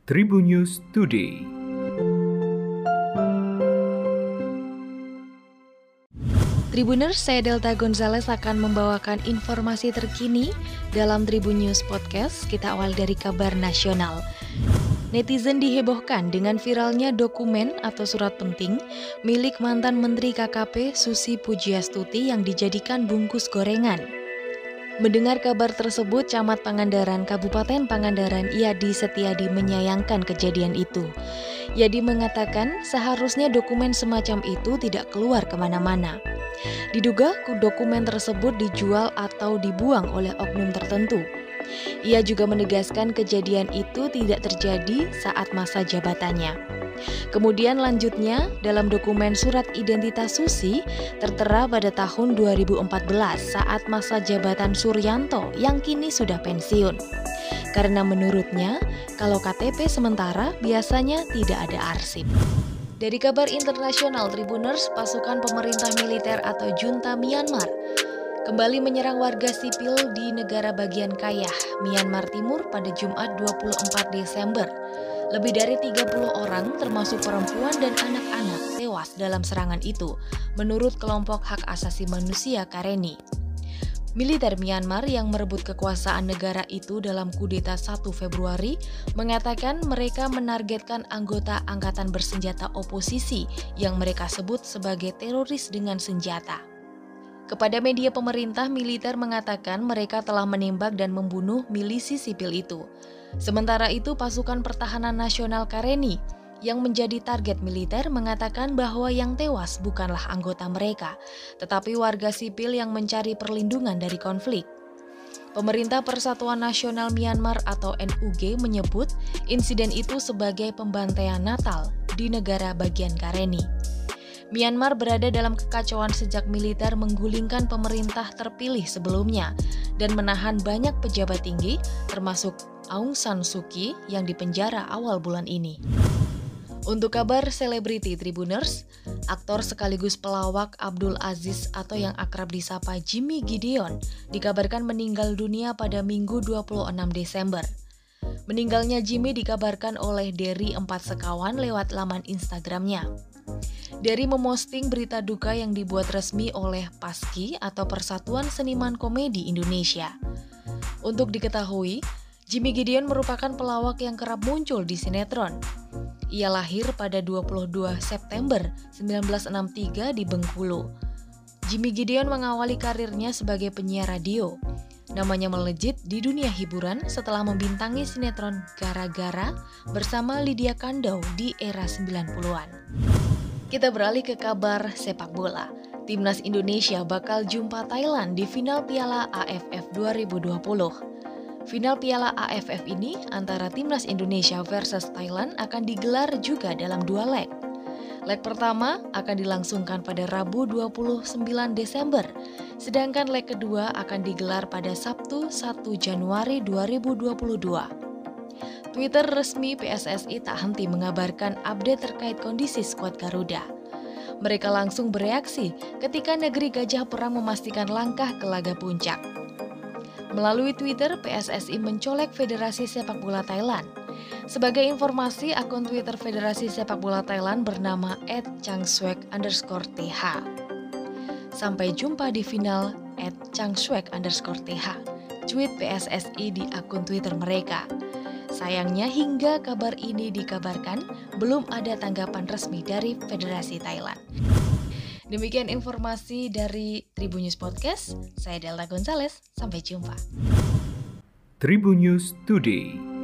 Tribun News Today. Tribuners, saya Delta Gonzales akan membawakan informasi terkini dalam Tribun News Podcast. Kita awal dari kabar nasional. Netizen dihebohkan dengan viralnya dokumen atau surat penting milik mantan Menteri KKP Susi Pujiastuti yang dijadikan bungkus gorengan. Mendengar kabar tersebut, Camat Pangandaran, Kabupaten Pangandaran, Yadi Setiadi menyayangkan kejadian itu. Yadi mengatakan seharusnya dokumen semacam itu tidak keluar kemana-mana. Diduga dokumen tersebut dijual atau dibuang oleh oknum tertentu. Ia juga menegaskan kejadian itu tidak terjadi saat masa jabatannya. Kemudian lanjutnya, dalam dokumen surat identitas Susi tertera pada tahun 2014 saat masa jabatan Suryanto yang kini sudah pensiun. Karena menurutnya, kalau KTP sementara biasanya tidak ada arsip. Dari kabar internasional, Tribuners, pasukan pemerintah militer atau junta Myanmar kembali menyerang warga sipil di negara bagian Kayah, Myanmar Timur pada Jumat 24 Desember. Lebih dari 30 orang termasuk perempuan dan anak-anak tewas dalam serangan itu, menurut kelompok hak asasi manusia Karenni. Militer Myanmar yang merebut kekuasaan negara itu dalam kudeta 1 Februari mengatakan mereka menargetkan anggota angkatan bersenjata oposisi yang mereka sebut sebagai teroris dengan senjata. Kepada media pemerintah, militer mengatakan mereka telah menembak dan membunuh milisi sipil itu. Sementara itu, pasukan pertahanan nasional Karenni yang menjadi target militer mengatakan bahwa yang tewas bukanlah anggota mereka, tetapi warga sipil yang mencari perlindungan dari konflik. Pemerintah Persatuan Nasional Myanmar atau NUG menyebut insiden itu sebagai pembantaian Natal di negara bagian Karenni. Myanmar berada dalam kekacauan sejak militer menggulingkan pemerintah terpilih sebelumnya dan menahan banyak pejabat tinggi, termasuk Aung San Suu Kyi yang dipenjara awal bulan ini. Untuk kabar selebriti Tribuners, aktor sekaligus pelawak Abdul Aziz atau yang akrab disapa Jimmy Gideon dikabarkan meninggal dunia pada Minggu 26 Desember. Meninggalnya Jimmy dikabarkan oleh Derry 4 Sekawan lewat laman Instagramnya. Derry memosting berita duka yang dibuat resmi oleh PASKI atau Persatuan Seniman Komedi Indonesia. Untuk diketahui, Jimmy Gideon merupakan pelawak yang kerap muncul di sinetron. Ia lahir pada 22 September 1963 di Bengkulu. Jimmy Gideon mengawali karirnya sebagai penyiar radio. Namanya melejit di dunia hiburan setelah membintangi sinetron Gara-Gara bersama Lydia Kandou di era 90-an. Kita beralih ke kabar sepak bola. Timnas Indonesia bakal jumpa Thailand di final Piala AFF 2020. Final Piala AFF ini antara Timnas Indonesia versus Thailand akan digelar juga dalam 2 leg. Leg pertama akan dilangsungkan pada Rabu 29 Desember, sedangkan leg kedua akan digelar pada Sabtu 1 Januari 2022. Twitter resmi PSSI tak henti mengabarkan update terkait kondisi skuad Garuda. Mereka langsung bereaksi ketika negeri Gajah Perang memastikan langkah ke laga puncak. Melalui Twitter, PSSI mencolek Federasi Sepak Bola Thailand. Sebagai informasi, akun Twitter Federasi Sepak Bola Thailand bernama @changswek_th. Sampai jumpa di final @changswek_th. Tweet PSSI di akun Twitter mereka. Sayangnya hingga kabar ini dikabarkan, belum ada tanggapan resmi dari Federasi Thailand. Demikian informasi dari Tribun News Podcast. Saya Delta Gonzales, sampai jumpa. Tribun News Today.